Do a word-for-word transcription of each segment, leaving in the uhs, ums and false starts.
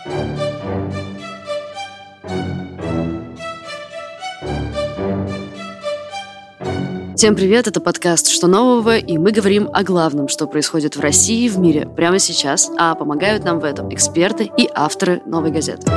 Всем привет, это подкаст «Что нового?», и мы говорим о главном, что происходит в России и в мире прямо сейчас, а помогают нам в этом эксперты и авторы «Новой газеты».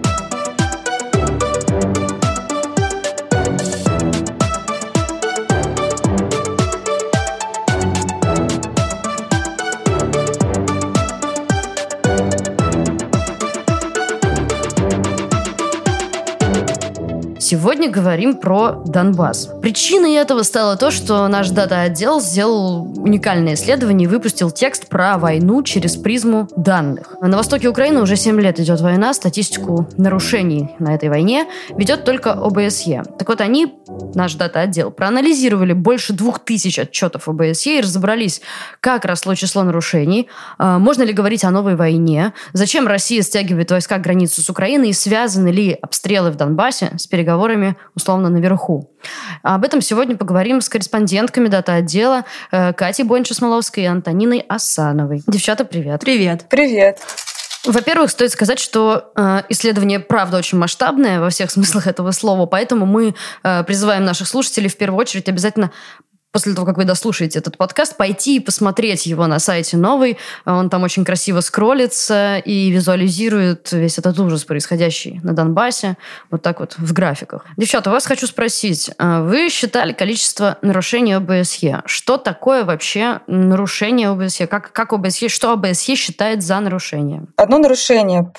Сегодня говорим про Донбасс. Причиной этого стало то, что наш дата-отдел сделал уникальное исследование и выпустил текст про войну через призму данных. На востоке Украины уже семь лет идет война, статистику нарушений на этой войне ведет только о бэ эс е. Так вот, они, наш дата-отдел, проанализировали больше двух тысяч отчетов о бэ эс е и разобрались, как росло число нарушений, можно ли говорить о новой войне, зачем Россия стягивает войска к границе с Украиной и связаны ли обстрелы в Донбассе с переговорами условно наверху. Об этом сегодня поговорим с корреспондентками дата-отдела Катей Бонча-Смоловской и Антониной Асановой. Девчата, привет. Привет. Привет. Во-первых, стоит сказать, что э, исследование, правда, очень масштабное во всех смыслах этого слова, поэтому мы э, призываем наших слушателей в первую очередь обязательно после того, как вы дослушаете этот подкаст, пойти и посмотреть его на сайте Новой. Он там очень красиво скроллится и визуализирует весь этот ужас, происходящий на Донбассе, вот так вот в графиках. Девчата, у вас хочу спросить. Вы считали количество нарушений о бэ эс е. Что такое вообще нарушение о бэ эс е? Как, как о бэ эс е, что о бэ эс е считает за нарушение? Одно нарушение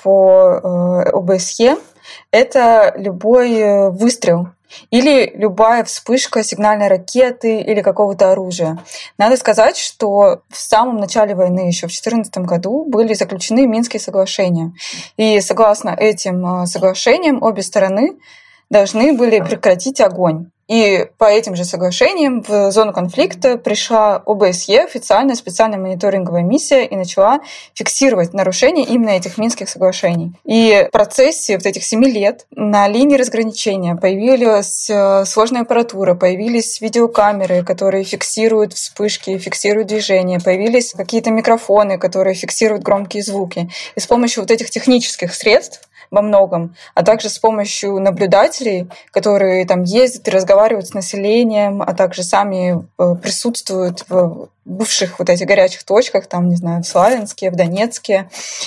по о бэ эс е – это любой выстрел или любая вспышка сигнальной ракеты или какого-то оружия. Надо сказать, что в самом начале войны, еще в две тысячи четырнадцатом году, были заключены Минские соглашения. И согласно этим соглашениям обе стороны должны были прекратить огонь. И по этим же соглашениям в зону конфликта пришла о бэ эс е, официальная специальная мониторинговая миссия, и начала фиксировать нарушения именно этих Минских соглашений. И в процессе вот этих семи лет на линии разграничения появилась сложная аппаратура, появились видеокамеры, которые фиксируют вспышки, фиксируют движения, появились какие-то микрофоны, которые фиксируют громкие звуки. И с помощью вот этих технических средств во многом, а также с помощью наблюдателей, которые там ездят и разговаривают с населением, а также сами присутствуют в бывших вот этих горячих точках, там, не знаю, в Славянске, в Донецке,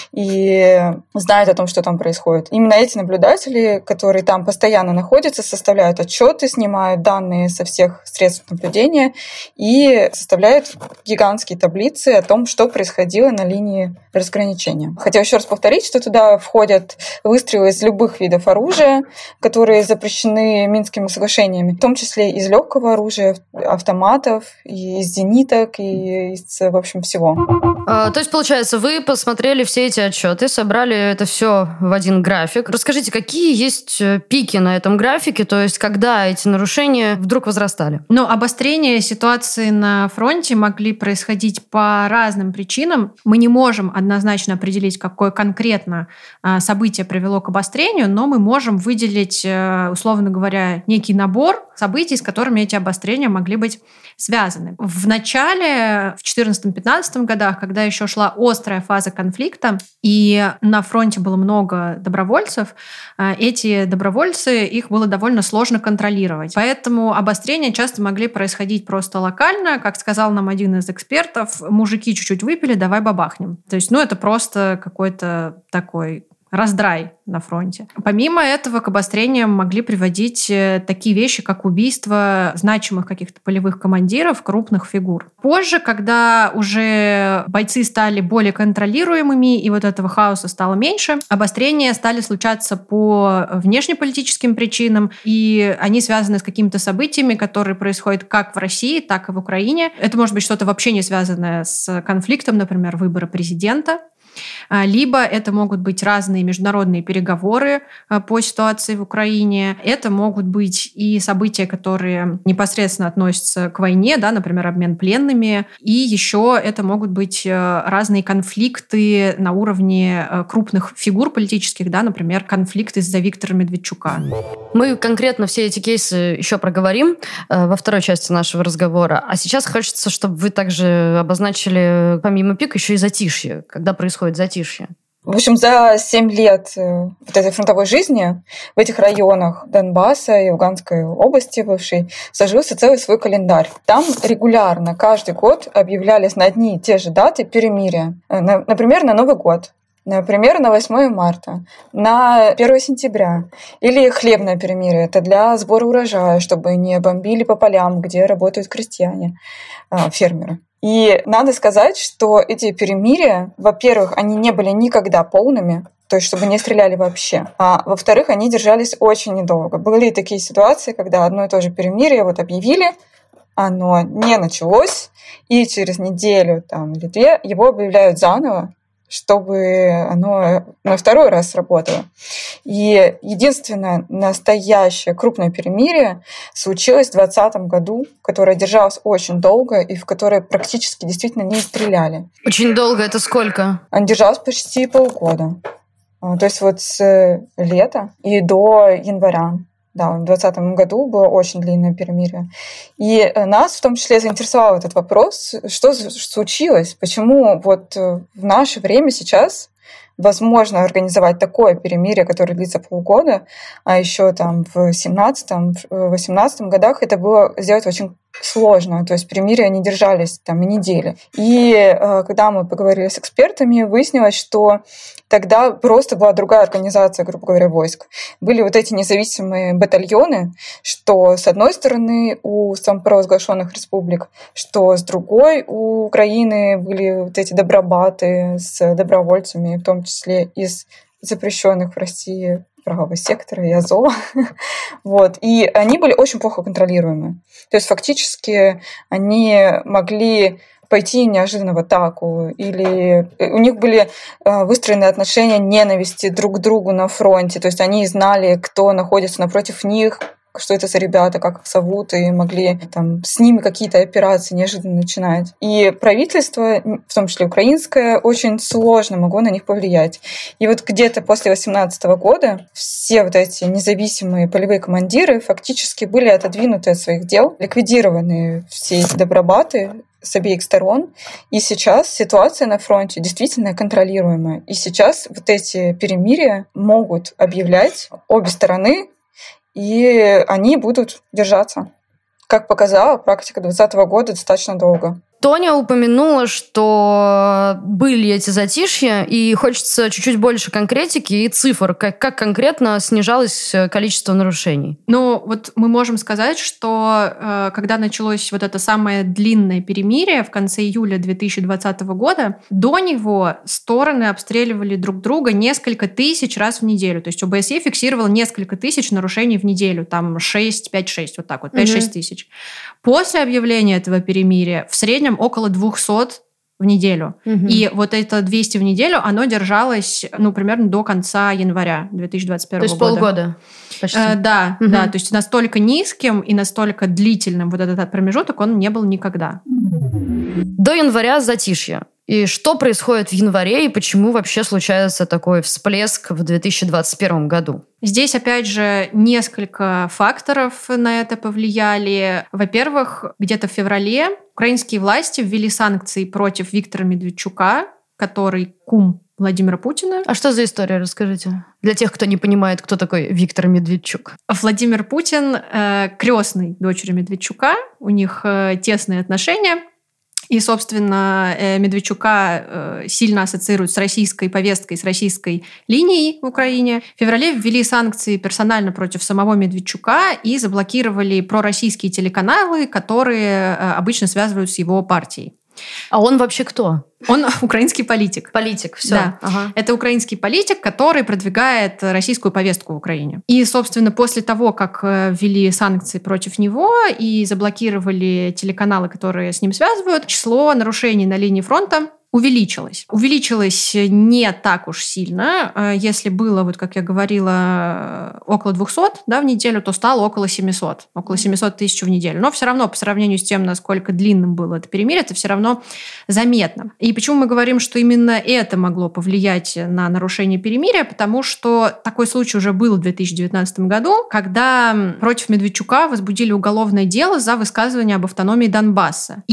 и знают о том, что там происходит. Именно эти наблюдатели, которые там постоянно находятся, составляют отчеты, снимают данные со всех средств наблюдения и составляют гигантские таблицы о том, что происходило на линии разграничения. Хотела еще раз повторить, что туда входят выстрелы из любых видов оружия, которые запрещены Минскими соглашениями, в том числе из легкого оружия, автоматов, и из зениток, и из, в общем, всего. А, то есть, получается, вы посмотрели все эти отчеты, собрали это все в один график. Расскажите, какие есть пики на этом графике, то есть, когда эти нарушения вдруг возрастали? Ну, обострение ситуации на фронте могли происходить по разным причинам. Мы не можем однозначно определить, какое конкретно событие привело к обострению, но мы можем выделить, условно говоря, некий набор событий, с которыми эти обострения могли быть связаны. В начале, в четырнадцатом-пятнадцатом годах, когда еще шла острая фаза конфликта, и на фронте было много добровольцев, эти добровольцы, их было довольно сложно контролировать. Поэтому обострения часто могли происходить просто локально. Как сказал нам один из экспертов, мужики чуть-чуть выпили, давай бабахнем. То есть, ну, это просто какой-то такой раздрай на фронте. Помимо этого, к обострениям могли приводить такие вещи, как убийство значимых каких-то полевых командиров, крупных фигур. Позже, когда уже бойцы стали более контролируемыми и вот этого хаоса стало меньше, обострения стали случаться по внешнеполитическим причинам, и они связаны с какими-то событиями, которые происходят как в России, так и в Украине. Это может быть что-то вообще не связанное с конфликтом, например, выборы президента. Либо это могут быть разные международные переговоры по ситуации в Украине. Это могут быть и события, которые непосредственно относятся к войне, да, например, обмен пленными. И еще это могут быть разные конфликты на уровне крупных фигур политических, да, например, конфликт из-за Виктора Медведчука. Мы конкретно все эти кейсы еще проговорим во второй части нашего разговора. А сейчас хочется, чтобы вы также обозначили помимо пик еще и затишье, когда происходит затишье. В общем, за семь лет вот этой фронтовой жизни в этих районах Донбасса и Луганской области бывшей сложился целый свой календарь. Там регулярно каждый год объявлялись на одни и те же даты перемирия. Например, на Новый год. Например, на восьмое марта, на первое сентября. Или хлебное перемирие. Это для сбора урожая, чтобы не бомбили по полям, где работают крестьяне, фермеры. И надо сказать, что эти перемирия, во-первых, они не были никогда полными, то есть чтобы не стреляли вообще. А во-вторых, они держались очень недолго. Были такие ситуации, когда одно и то же перемирие вот объявили, оно не началось, и через неделю там, или две его объявляют заново, чтобы оно на второй раз сработало. И единственное настоящее крупное перемирие случилось в двадцатом году, которое держалось очень долго и в которое практически действительно не стреляли. Очень долго — это сколько? Оно держалось почти полгода. То есть вот с лета и до января. Да, в двадцатом году было очень длинное перемирие. И нас в том числе заинтересовал этот вопрос, что случилось, почему вот в наше время сейчас возможно организовать такое перемирие, которое длится полгода, а еще там в семнадцатом-восемнадцатом годах это было сделать очень сложно. То есть перемирия не держались там и недели. И э, когда мы поговорили с экспертами, выяснилось, что тогда просто была другая организация, грубо говоря, войск. Были вот эти независимые батальоны, что с одной стороны у самопровозглашенных республик, что с другой у Украины были вот эти добробаты с добровольцами, в том числе из запрещенных в России правого сектора и Азова. Вот. И они были очень плохо контролируемы. То есть фактически они могли пойти неожиданно в атаку, или у них были выстроены отношения ненависти друг к другу на фронте, то есть они знали, кто находится напротив них, что это за ребята, как их зовут, и могли там с ними какие-то операции неожиданно начинать. И правительство, в том числе украинское, очень сложно могло на них повлиять. И вот где-то после восемнадцатого года все вот эти независимые полевые командиры фактически были отодвинуты от своих дел, ликвидированы все эти добробаты с обеих сторон. И сейчас ситуация на фронте действительно контролируемая. И сейчас вот эти перемирия могут объявлять обе стороны, и они будут держаться. Как показала практика двадцатого года, достаточно долго. Тоня упомянула, что были эти затишья, и хочется чуть-чуть больше конкретики и цифр. Как, как конкретно снижалось количество нарушений? Ну, вот мы можем сказать, что э, когда началось вот это самое длинное перемирие в конце июля две тысячи двадцатого года, до него стороны обстреливали друг друга несколько тысяч раз в неделю. То есть ОБСЕ фиксировал несколько тысяч нарушений в неделю. Там шесть, пять-шесть, вот так вот, пять-шесть тысяч. После объявления этого перемирия в среднем около двухсот в неделю. Угу. И вот это двести в неделю, оно держалось, ну, примерно до конца января две тысячи двадцать первого года. То есть полгода почти. Э, да, угу. да. То есть настолько низким и настолько длительным вот этот промежуток он не был никогда. До января затишье. И что происходит в январе, и почему вообще случается такой всплеск в две тысячи двадцать первом году? Здесь, опять же, несколько факторов на это повлияли. Во-первых, где-то в феврале украинские власти ввели санкции против Виктора Медведчука, который кум Владимира Путина. А что за история, расскажите? Для тех, кто не понимает, кто такой Виктор Медведчук. Владимир Путин э, крестный дочери Медведчука, у них э, тесные отношения. И, собственно, Медведчука сильно ассоциируют с российской повесткой, с российской линией в Украине. В феврале ввели санкции персонально против самого Медведчука и заблокировали пророссийские телеканалы, которые обычно связывают с его партией. А он вообще кто? Он украинский политик. Политик, все. Да. Ага. Это украинский политик, который продвигает российскую повестку в Украине. И, собственно, после того, как ввели санкции против него и заблокировали телеканалы, которые с ним связывают, число нарушений на линии фронта увеличилось. Увеличилось не так уж сильно. Если было, вот как я говорила, около двухсот, да, в неделю, то стало около семисот. Около семисот тысяч в неделю. Но все равно, по сравнению с тем, насколько длинным было это перемирие, это все равно заметно. И почему мы говорим, что именно это могло повлиять на нарушение перемирия? Потому что такой случай уже был в две тысячи девятнадцатом году, когда против Медведчука возбудили уголовное дело за высказывание об автономии Донбасса. И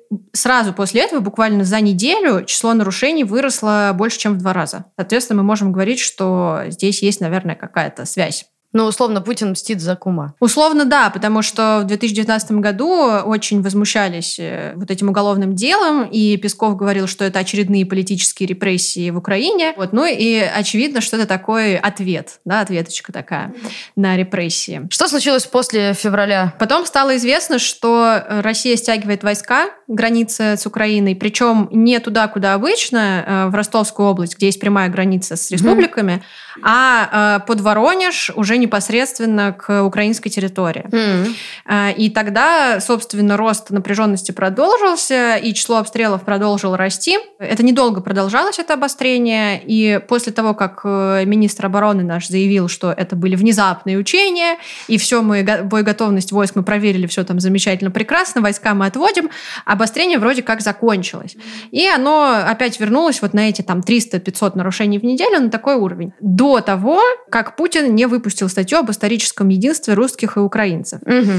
сразу после этого, буквально за неделю, число нарушений выросло больше, чем в два раза. Соответственно, мы можем говорить, что здесь есть, наверное, какая-то связь. Ну, условно, Путин мстит за кума. Условно, да, потому что в две тысячи девятнадцатом году очень возмущались вот этим уголовным делом, и Песков говорил, что это очередные политические репрессии в Украине. Вот. Ну и очевидно, что это такой ответ, да, ответочка такая на репрессии. Что случилось после февраля? Потом стало известно, что Россия стягивает войска к границе с Украиной, причем не туда, куда обычно, в Ростовскую область, где есть прямая граница с республиками, mm-hmm. а под Воронеж уже непосредственно к украинской территории. Mm-hmm. И тогда, собственно, рост напряженности продолжился, и число обстрелов продолжило расти. Это недолго продолжалось, это обострение, и после того, как министр обороны наш заявил, что это были внезапные учения, и все, мы боеготовность войск мы проверили, все там замечательно, прекрасно, войска мы отводим, обострение вроде как закончилось. И оно опять вернулось вот на эти там триста-пятьсот нарушений в неделю, на такой уровень. До того, как Путин не выпустил статью об историческом единстве русских и украинцев. Угу.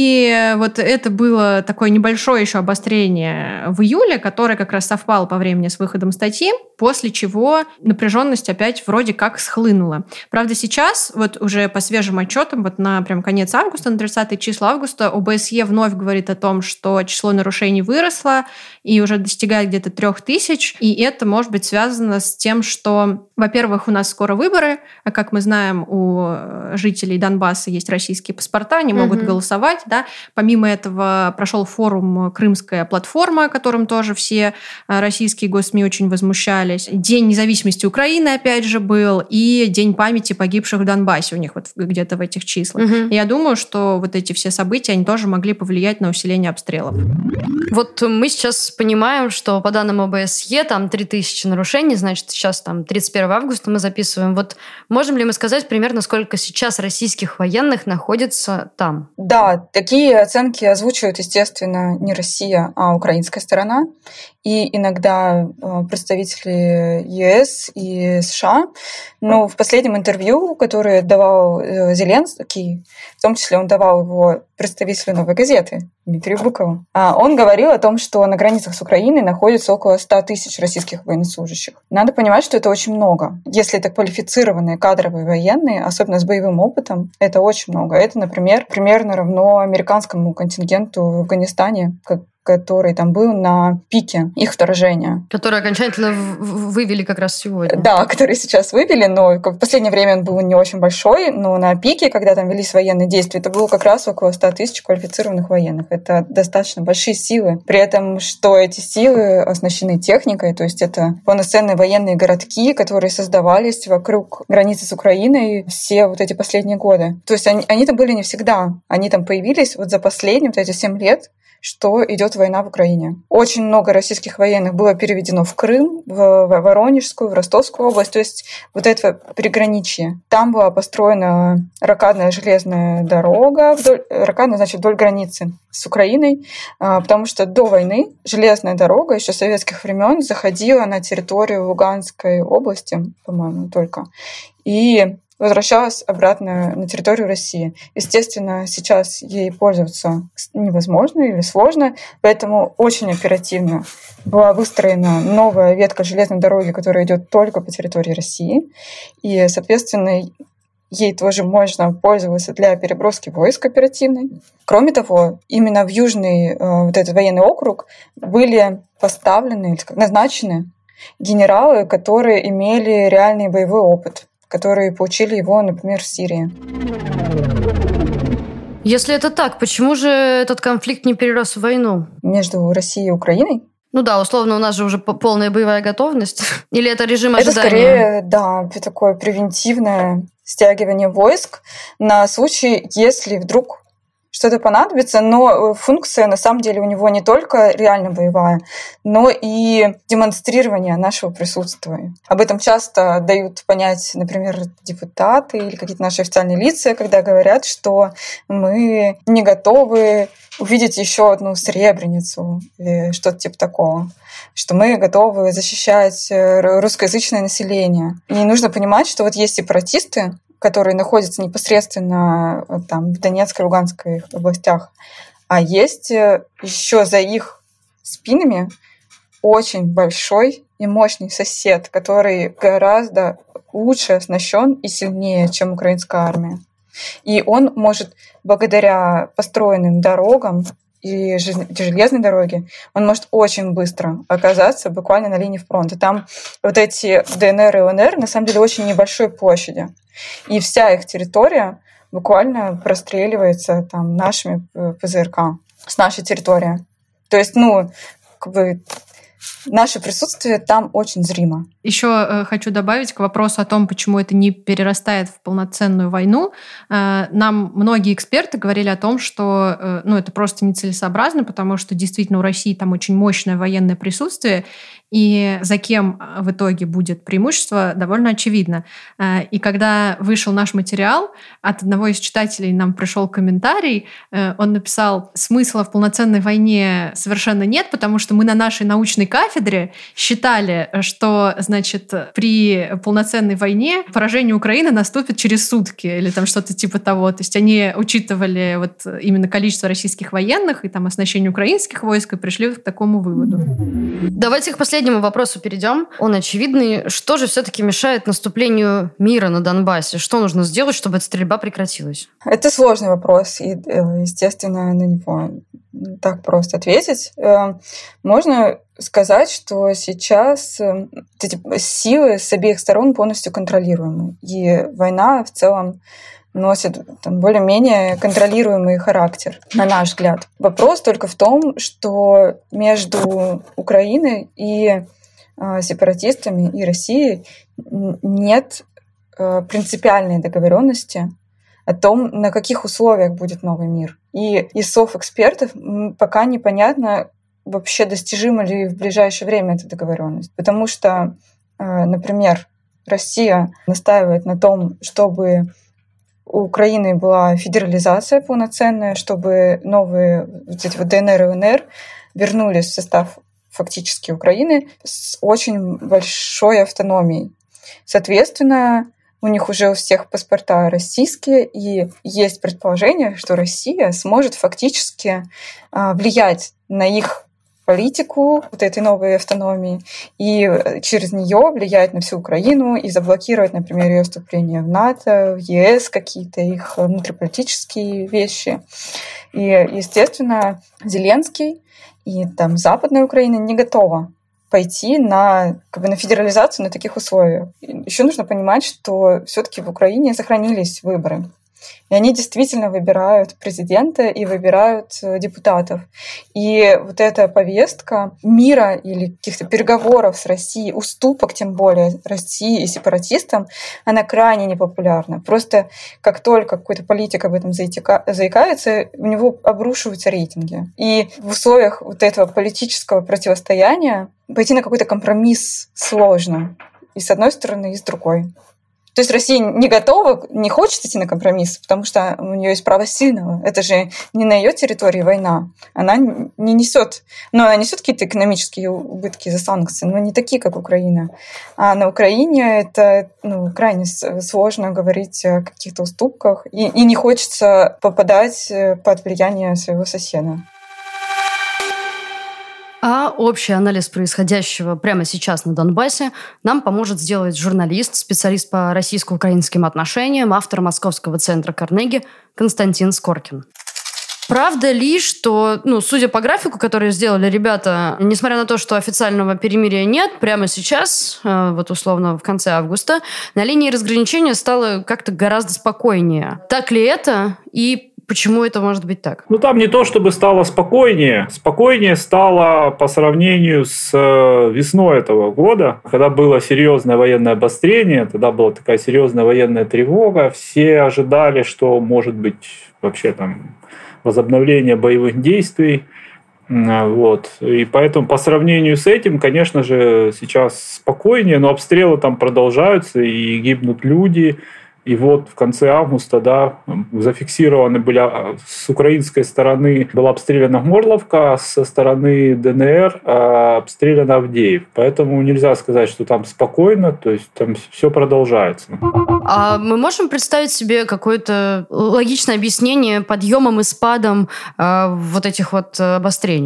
И вот это было такое небольшое еще обострение в июле, которое как раз совпало по времени с выходом статьи, после чего напряженность опять вроде как схлынула. Правда, сейчас, вот уже по свежим отчетам, вот на прям конец августа, на тридцатые числа августа, ОБСЕ вновь говорит о том, что число нарушений выросло и уже достигает где-то трех тысяч. И это может быть связано с тем, что, во-первых, у нас скоро выборы, а как мы знаем, у жителей Донбасса есть российские паспорта, они могут угу. голосовать. Да? Помимо этого прошел форум «Крымская платформа», которым тоже все российские госсми очень возмущались. День независимости Украины, опять же, был, и День памяти погибших в Донбассе у них вот где-то в этих числах. Угу. И я думаю, что вот эти все события, они тоже могли повлиять на усиление обстрелов. Вот мы сейчас понимаем, что по данным ОБСЕ там три тысячи нарушений, значит, сейчас там тридцать первого августа мы записываем. Вот можем ли мы сказать примерно, сколько сейчас российских военных находится там? Да, такие оценки озвучивают, естественно, не Россия, а украинская сторона. И иногда представители ЕС и США. Но в последнем интервью, которое давал Зеленский, в том числе он давал его представителю «Новой газеты» Дмитрию Быкову, он говорил о том, что на границах с Украиной находится около ста тысяч российских военнослужащих. Надо понимать, что это очень много. Если это квалифицированные кадровые военные, особенно с боевым опытом, это очень много. Это, например, примерно равно американскому контингенту в Афганистане, как который там был на пике их вторжения. Который окончательно вывели как раз сегодня. Да, который сейчас вывели, но в последнее время он был не очень большой, но на пике, когда там велись военные действия, это было как раз около ста тысяч квалифицированных военных. Это достаточно большие силы. При этом, что эти силы оснащены техникой, то есть это полноценные военные городки, которые создавались вокруг границы с Украиной все вот эти последние годы. То есть они, они там были не всегда. Они там появились вот за последние вот эти семь лет, что идет война в Украине. Очень много российских военных было переведено в Крым, в Воронежскую, в Ростовскую область, то есть вот это приграничье. Там была построена рокадная железная дорога, вдоль, рокадная, значит, вдоль границы с Украиной, потому что до войны железная дорога еще с советских времен заходила на территорию Луганской области, по-моему, только. И возвращалась обратно на территорию России. Естественно, сейчас ей пользоваться невозможно или сложно, поэтому очень оперативно была выстроена новая ветка железной дороги, которая идет только по территории России. И, соответственно, ей тоже можно пользоваться для переброски войск оперативной. Кроме того, именно в Южный э, вот этот военный округ были поставлены, назначены генералы, которые имели реальный боевой опыт, которые получили его, например, в Сирии. Если это так, почему же этот конфликт не перерос в войну? Между Россией и Украиной? Ну да, условно, у нас же уже полная боевая готовность. Или это режим ожидания? Это скорее, да, такое превентивное стягивание войск на случай, если вдруг что-то понадобится, но функция на самом деле у него не только реально боевая, но и демонстрирование нашего присутствия. Об этом часто дают понять, например, депутаты или какие-то наши официальные лица, когда говорят, что мы не готовы увидеть еще одну Сребреницу или что-то типа такого, что мы готовы защищать русскоязычное население. И нужно понимать, что вот есть сепаратисты, которые находятся непосредственно там, в Донецкой и Луганской областях, а есть еще за их спинами очень большой и мощный сосед, который гораздо лучше оснащен и сильнее, чем украинская армия. И он может, благодаря построенным дорогам и железной дороге, он может очень быстро оказаться буквально на линии фронта. Там вот эти ДНР и ЛНР на самом деле очень небольшой площади. И вся их территория буквально простреливается там нашими ПЗРК с нашей территории. То есть, ну, как бы наше присутствие там очень зримо. Еще э, хочу добавить к вопросу о том, почему это не перерастает в полноценную войну. Э, нам многие эксперты говорили о том, что э, ну, это просто нецелесообразно, потому что действительно у России там очень мощное военное присутствие, и за кем в итоге будет преимущество, довольно очевидно. Э, и когда вышел наш материал, от одного из читателей нам пришел комментарий, э, он написал: смысла в полноценной войне совершенно нет, потому что мы на нашей научной кафедре считали, что, значит, при полноценной войне поражение Украины наступит через сутки или там что-то типа того. То есть они учитывали вот именно количество российских военных и там оснащение украинских войск и пришли к такому выводу. Давайте к последнему вопросу перейдем. Он очевидный. Что же все-таки мешает наступлению мира на Донбассе? Что нужно сделать, чтобы эта стрельба прекратилась? Это сложный вопрос, и, естественно, на него так просто ответить. Можно сказать, что сейчас эти силы с обеих сторон полностью контролируемы, и война в целом носит там, более-менее контролируемый характер, на наш взгляд. Вопрос только в том, что между Украиной и э, сепаратистами и Россией нет э, принципиальной договоренности о том, на каких условиях будет новый мир. И из слов экспертов пока непонятно вообще, достижима ли в ближайшее время эта договоренность. Потому что, э, например, Россия настаивает на том, чтобы у Украины была федерализация полноценная, чтобы новые вот эти вот ДНР и ЛНР вернулись в состав фактически Украины с очень большой автономией. Соответственно, у них уже у всех паспорта российские, и есть предположение, что Россия сможет фактически влиять на их политику вот этой новой автономии и через нее влиять на всю Украину и заблокировать, например, ее вступление в НАТО, в ЕС, какие-то их внутриполитические вещи. И, естественно, Зеленский и там Западная Украина не готова пойти на, как бы, на федерализацию на таких условиях. Еще нужно понимать, что все-таки в Украине сохранились выборы. И они действительно выбирают президента и выбирают депутатов. И вот эта повестка мира или каких-то переговоров с Россией, уступок тем более России и сепаратистам, она крайне непопулярна. Просто как только какой-то политик об этом заикается, у него обрушиваются рейтинги. И в условиях вот этого политического противостояния пойти на какой-то компромисс сложно. И с одной стороны, и с другой. То есть Россия не готова, не хочет идти на компромисс, потому что у нее есть право сильного. Это же не на ее территории война. Она не несет, но она несет какие-то экономические убытки за санкции, но не такие, как Украина. А на Украине это ну, крайне сложно говорить о каких-то уступках, и, и не хочется попадать под влияние своего соседа. А общий анализ происходящего прямо сейчас на Донбассе нам поможет сделать журналист, специалист по российско-украинским отношениям, автор Московского центра Карнеги Константин Скоркин. Правда ли, что, ну, судя по графику, который сделали ребята, несмотря на то, что официального перемирия нет, прямо сейчас, вот условно в конце августа, на линии разграничения стало как-то гораздо спокойнее. Так ли это? И почему это может быть так? Ну, там не то, чтобы стало спокойнее. Спокойнее стало по сравнению с весной этого года, когда было серьезное военное обострение, тогда была такая серьезная военная тревога. Все ожидали, что может быть вообще там возобновление боевых действий. Вот. И поэтому по сравнению с этим, конечно же, сейчас спокойнее, но обстрелы там продолжаются, и гибнут люди. И вот в конце августа, да, зафиксированы были с украинской стороны была обстреляна Горловка, а со стороны ДНР обстреляна Авдеев. Поэтому нельзя сказать, что там спокойно, то есть там все продолжается. А мы можем представить себе какое-то логичное объяснение подъемом и спадом э, вот этих вот обострений?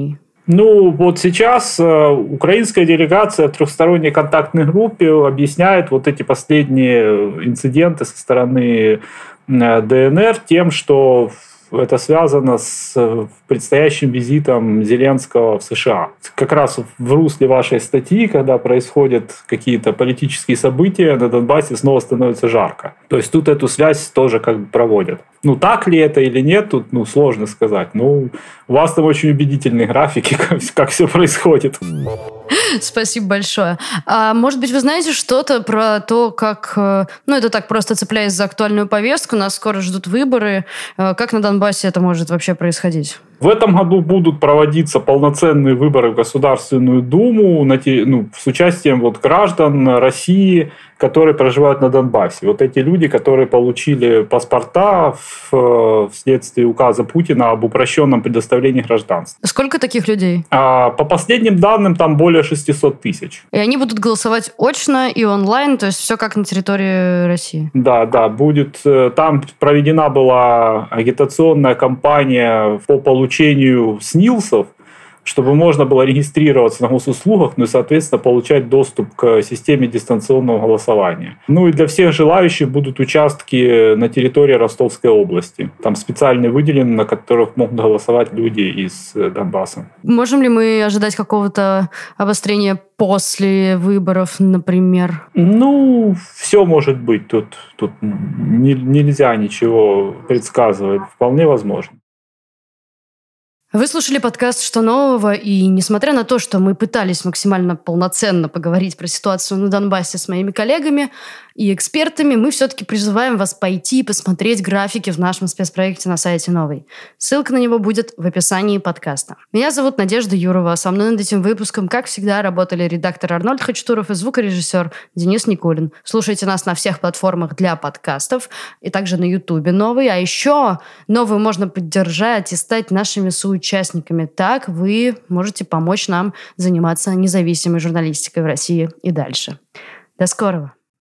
Ну, вот сейчас э, украинская делегация в трехсторонней контактной группе объясняет вот эти последние инциденты со стороны э, ДНР тем, что это связано с предстоящим визитом Зеленского в США. Как раз в русле вашей статьи, когда происходят какие-то политические события, на Донбассе снова становится жарко. То есть тут эту связь тоже как бы проводят. Ну, так ли это или нет, тут ну, сложно сказать. Ну, у вас там очень убедительные графики, как, как все происходит. Спасибо большое. А может быть, вы знаете что-то про то, как... Ну, это так, просто цепляясь за актуальную повестку, нас скоро ждут выборы. Как на Донбассе это может вообще происходить? В этом году будут проводиться полноценные выборы в Государственную Думу ну, с участием вот граждан России, которые проживают на Донбассе. Вот эти люди, которые получили паспорта в, вследствие указа Путина об упрощенном предоставлении гражданства. Сколько таких людей? А, по последним данным, там более шестьсот тысяч. И они будут голосовать очно и онлайн, то есть все как на территории России? Да, да, будет. Там проведена была агитационная кампания по получению СНИЛСов, чтобы можно было регистрироваться на госуслугах, ну и, соответственно, получать доступ к системе дистанционного голосования. Ну и для всех желающих будут участки на территории Ростовской области. Там специально выделены, на которых могут голосовать люди из Донбасса. Можем ли мы ожидать какого-то обострения после выборов, например? Ну, все может быть. Тут, тут не, нельзя ничего предсказывать. Вполне возможно. Вы слушали подкаст «Что нового?», и несмотря на то, что мы пытались максимально полноценно поговорить про ситуацию на Донбассе с моими коллегами и экспертами, мы все-таки призываем вас пойти и посмотреть графики в нашем спецпроекте на сайте «Новый». Ссылка на него будет в описании подкаста. Меня зовут Надежда Юрова. Со мной над этим выпуском, как всегда, работали редактор Арнольд Хачатуров и звукорежиссер Денис Никулин. Слушайте нас на всех платформах для подкастов и также на Ютубе «Новый». А еще «Новый» можно поддержать и стать нашими соучастниками. Так вы можете помочь нам заниматься независимой журналистикой в России и дальше. До скорого!